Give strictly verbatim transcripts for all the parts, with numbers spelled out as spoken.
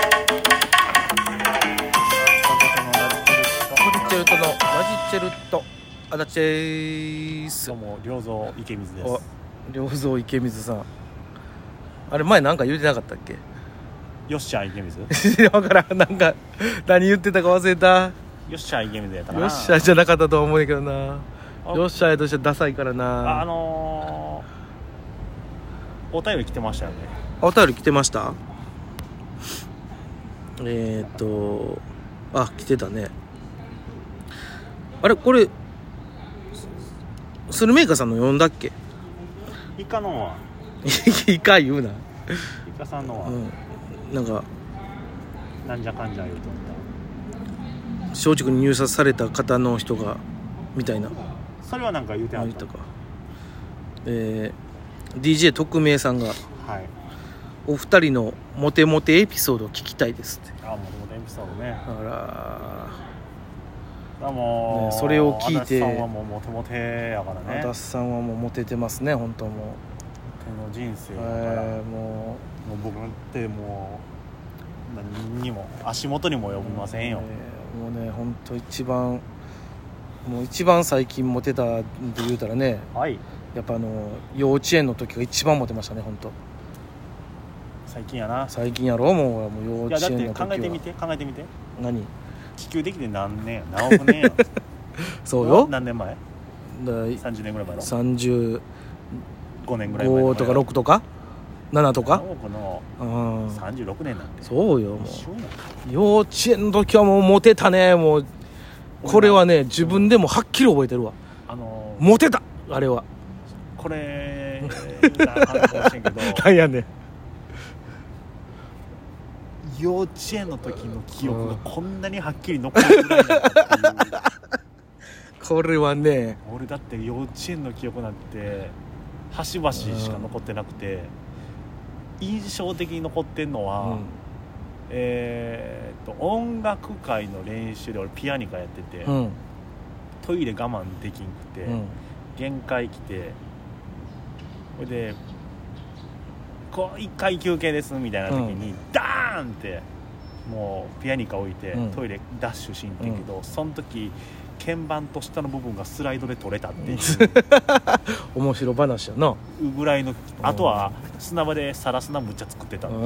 チェルトのラジチェルト足立です。 どうも良三池水です。 良三池水さん、あれ前なんか言ってなかったっけ？ よっしゃ池水だからんなんか何言ってたか忘れた。 よっしゃ池水やったかな。 よっしゃじゃなかったと思うけどな。よっしゃやとしてダサいからな。 あ、あのー、お便り来てましたよね。 お便り来てました。えー、っとあ来てたね。あれこれスルメイカさんの読んだっけ？ イカのはイカ言うな。 イカさんのは、 うん、なんかなんじゃかんじゃ言うとった松竹に入札された方の人がみたいな。 それはなんか言うてなかっ言ったか。えー、ディージェー 特命さんが、 はい、 お二人のモテモテエピソードを聞きたいですって。 あ、もともとエピソードね。 あらあもう、 ね、それを聞いて足立さんはもうモテモテやからね。 足立さんはもうモテてますね本当もう。 モテの人生だから、 えー、ももう僕ってもう何にも足元にも及びませんよ、 えー、もうね本当一番もう一番最近モテたって言うたらね、 はい、 やっぱあの幼稚園の時が一番モテましたね本当。 最近やな。 最近やろうもう、もう幼稚園の時は。 いやだって考えてみて考えてみて。 何？ 地球できて何年や何億年やそうよ。 何年前？ ださんじゅうねんぐらい前のさんじゅうごねんぐらい前ごとかろくとかななとか何億のさんじゅうろくねんなんて。 そうよ。もう一緒や幼稚園の時はもうモテたね。もうこれはね自分でもはっきり覚えてるわ。 あのー、 モテたあれは。 これ言うたらあかんかもしれんけど何やねん。 幼稚園の時の記憶がこんなにはっきり残るぐらいだったっていうこれはね、 俺だって幼稚園の記憶なんて端々しか残ってなくて、印象的に残ってんのは、うん、えー、っと音楽会の練習で俺ピアニカやってて、うん、トイレ我慢できんくて、うん、限界来て、それでこう一回休憩ですみたいな時に、うん、ダーンってもうピアニカ置いて、うん、トイレダッシュしんってんけど、うん、その時鍵盤と下の部分がスライドで取れたっていう面白話やなぐらいの。あとは砂場でサラ砂むっちゃ作ってたっていう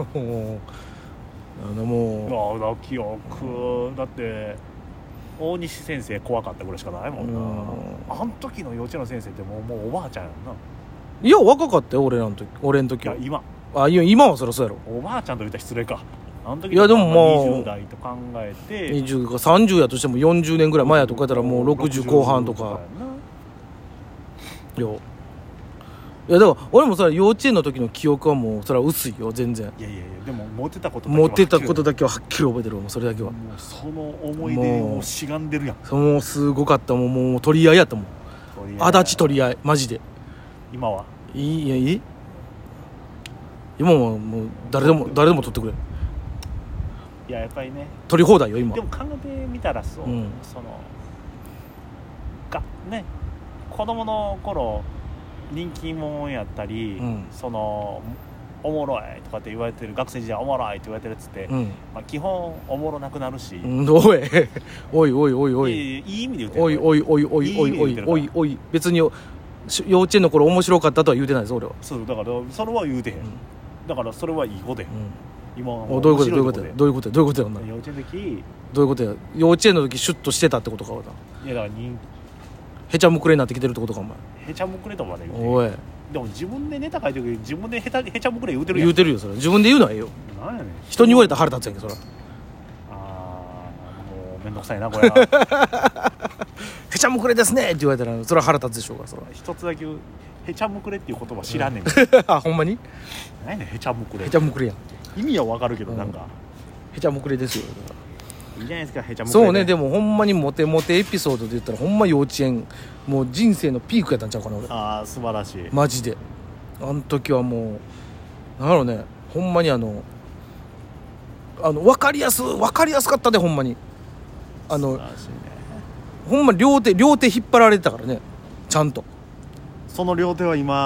あのもうだ記憶だって大西先生怖かったぐらいしかないもんな。あの時の幼稚園の先生ってもう、もうおばあちゃんやんな。 いや若かったよ俺らの時。俺の時は。 いや今あいや今はそりゃそうやろ。 おばあちゃんと言ったら失礼か。あの時いやでももうにじゅう代と考えてにじゅうかさんじゅうやとしてもよんじゅうねんぐらい前やとかやったらもうろくじゅう後半とか。いやいやだから俺もそれ幼稚園の時の記憶はもうそれは薄いよ全然。 いやいやいやでもモテたことだけはモテたことだけははっきり覚えてるわ。もうそれだけはもうその思い出をしがんでるやん。 もうすごかったもうもう取り合いやったもん。足立取り合いマジで。 今はいいいやいい今はもう誰でも誰でも取ってくれ。 いややっぱりね取り放題よ今。 でも考えてみたらそう、うん、そのがね子供の頃人気者やったり、うん、そのおもろいとかって言われてる学生時代おもろいって言われてるっつって、うんまあ、基本おもろなくなるし、 うん、おいおいおいおいおいいいい意味で言ってる。 おいおいおいおいおいおいおいおい別に幼稚園の頃面白かったとは言うてないです俺は。 そうだからそれは言うてへん、うん、だからそれはいいことや、うん今おどういうことどういうことどういうことどういうことやんな。 幼稚園の時どういうことや。幼稚園の時シュッとしてたってことか。 いやだからにへちゃむくれになってきてるってことかお前。 へちゃむくれとまで言うておいでも自分でネタ書いてるけど自分でへたへちゃむくれ言うてるやん。 言うてるよそれ。自分で言うのはいいよ。 なんやねん人に言われたら腹立つやんけそれ。 あーもうめんどくさいなこれはへちゃむくれですねって言われたらそれは腹立つでしょうがそれ。 一つだけへちゃむくれっていう言葉知らんねん、うん、 あほんまに何やねんへちゃむくれ。 へちゃむくれやん意味はわかるけど、うん、なんかへちゃむくれですよ。 いいじゃないですかへちゃむくれ。 そうねでもほんまにモテモテエピソードで言ったらほんま幼稚園もう人生のピークやったんちゃうかな俺。 ああ素晴らしいマジで。あの時はもうなんやろねほんまにあのあの分かりやす分かりやすかったでほんまにあの、ね、ほんま両手両手引っ張られてたからねちゃんと。 その両手は今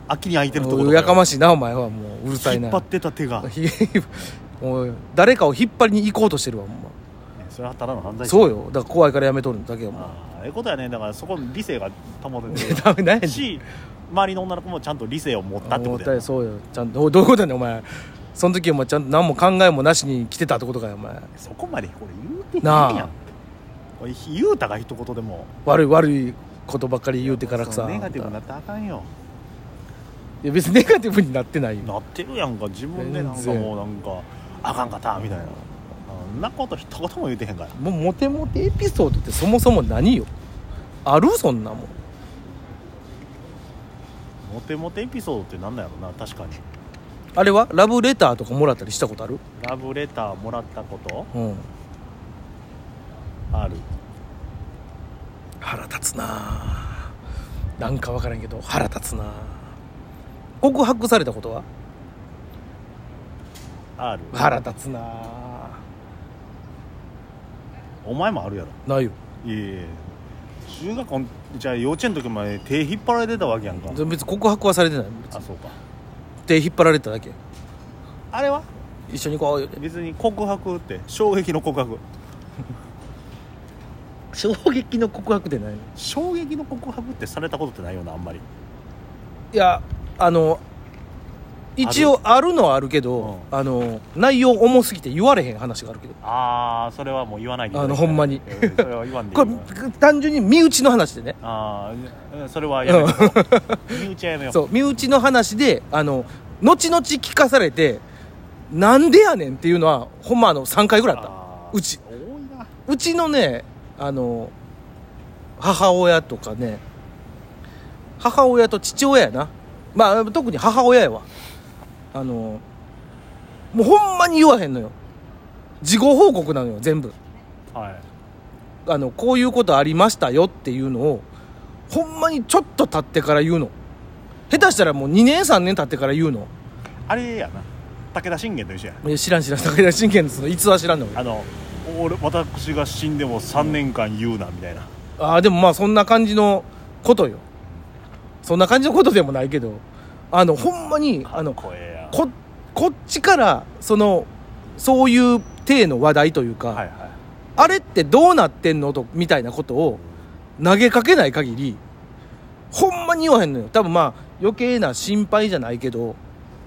空きに空いてるところやかましいなお前はもううるさいな引っ張ってた手がもう誰かを引っ張りに行こうとしてるわほんまそれはただの犯罪者そうよだから怖いからやめとるだけよもうあああいうことやねだからそこの理性が保ててダメなんやねんし周りの女の子もちゃんと理性を持ったってことやなそうよちゃんとどういうことやねんお前その時お前ちゃんと何も考えもなしに来てたってことかよお前そこまでこれ言うてへんなあやんこれ言うたが一言でも悪い悪いことばっかり言うてからさネガティブになったらあかんよいや別にネガティブになってないよなってるやんか自分でなんかもうなんかあかんかったみたいなそんなこと一言も言うてへんからもうモテモテエピソードってそもそも何よあるそんなもんモテモテエピソードってなんだろうな確かにあれはラブレターとかもらったりしたことあるラブレターもらったことうんある腹立つななんか分からんけど腹立つな告白されたことはある腹立つなお前もあるやろないよいやいや中学校じゃあ幼稚園の時まで手引っ張られてたわけやんか別に告白はされてない別にあそうか手引っ張られただけあれは一緒にこう別に告白って衝撃の告白衝撃の告白ってないの衝撃の告白ってされたことってないよなあんまりいやあの一応あるのはあるけど、 うん、 あの内容重すぎて言われへん話があるけどああそれはもう言わないであのほんまにそれは言わんでいいこれ単純に身内の話でねああそれはやめとこう身内はやめようそう身内の話であの後々聞かされてなんでやねんっていうのはほんまあのさんかいぐらいあったうち多いなうちのねあの母親とかね母親と父親やなまあ特に母親やわあのもうほんまに言わへんのよ事後報告なのよ全部はいあのこういうことありましたよっていうのをほんまにちょっと経ってから言うの下手したらもうにねんさんねん経ってから言うのあれやな武田信玄と一緒やいや知らん知らん武田信玄のその逸話知らんのあの俺私が死んでもさんねんかん言うなみたいな、 ああでもまあそんな感じのことよそんな感じのことでもないけどあのほんまにあのかっこええやこ, こっちからそのそういう体の話題というか、 はいはい、 あれってどうなってんのとみたいなことを投げかけない限りほんまに言わへんのよ多分まあ余計な心配じゃないけど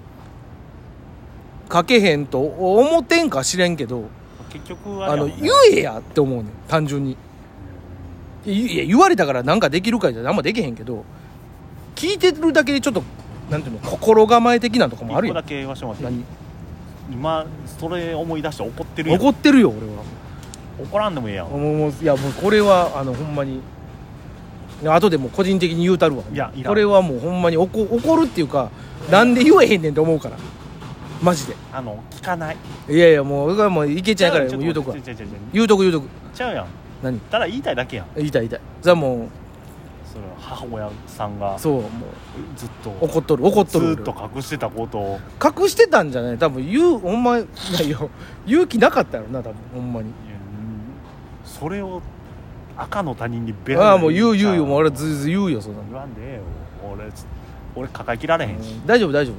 かけへんと思ってんか知れんけど結局ああの言えやって思うねん単純にいや言われたからなんかできるかじゃあんまできへんけど聞いてるだけでちょっとなんていうの心構え的なとかもあるやん一個だけ言わせてもらって何今それ思い出して怒ってるやん怒ってるよ俺は怒らんでもええやんもうもういやもうこれはあのほんまに後でもう個人的に言うたるわいやいらんこれはもうほんまに怒怒るっていうかなんで言えへんねんと思うからマジであの聞かないいやいやもう僕はもういけちゃうからもう言うとくわちゃうちゃうちゃう言うとく言うとくちゃうやん何ただ言いたいだけやん言いたい言いたいそれはもうそれ母親さんがそうもうずっと怒っとる怒っとるずっと隠してたことを隠してたんじゃない多分言うほんまないよ勇気なかったやろな多分ほんまにいやそれを赤の他人にベああもう言う言うよもう俺ずず言うよそんな言わんでええよ俺俺抱えきられへんし、 うん大丈夫大丈夫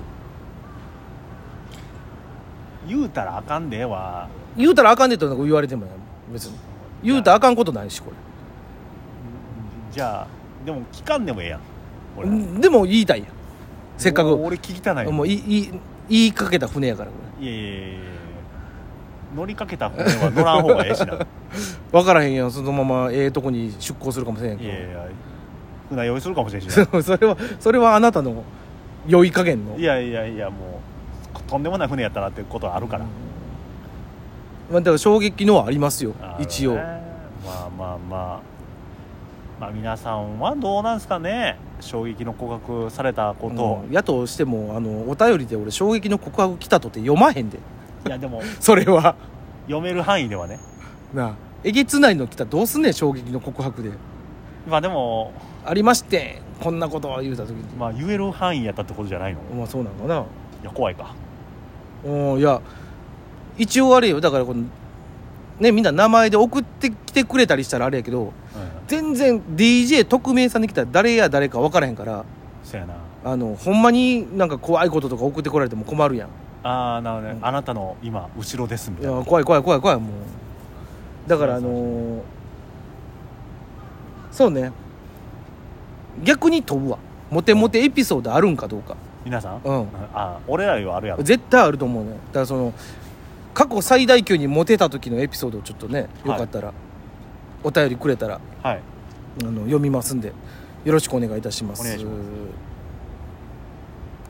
言うたらあかんでええわ言うたらあかんでと言われてもや別に言うたらあかんことないしこじゃあでも聞かんでもええやん俺れでも言いたいやんせっかくもう俺聞きたないもういい言いかけた船やからこいやいやいやいや乗りかけた船は乗らん方がええしなれ分からへんやんそのままええとこに出港するかもしれんけどいやいや船酔いするかもしれんしなそそれはそれはあなたの酔い加減のいやいやいやもうとんでもない船やったなってことはあるから、 まあ、だから衝撃のはありますよあるね一応まあまあまあまあ皆さんはどうなんすかね衝撃の告白されたことを、 うん、やとしてもあのお便りで俺衝撃の告白来たとって読まへんでいやでもそれは読める範囲ではねなあえげつないの来たらどうすんねん衝撃の告白でまあでもありましてこんなことを言うた時にまあ言える範囲やったってことじゃないのまあそうなのかないや怖いかうんいや一応あれよだからこのねみんな名前で送ってきてくれたりしたらあれやけど、 うん全然 ディージェー 匿名さんに来たら誰や誰か分からへんからそやなあのほんまになんか怖いこととか送ってこられても困るやん。 ああなるほどね、うん、あなたの今後ろですみたいな。いや怖い怖い怖い怖いもうだからあのー、そうね逆に飛ぶわモテモテエピソードあるんかどうか、 皆さん、 うん、 あ俺らよあるやろ絶対あると思うね。だからその過去最大級にモテた時のエピソードをちょっとねよかったら、はい、お便りくれたら、 はい、 あの読みますんでよろしくお願いいたします。 お願いします。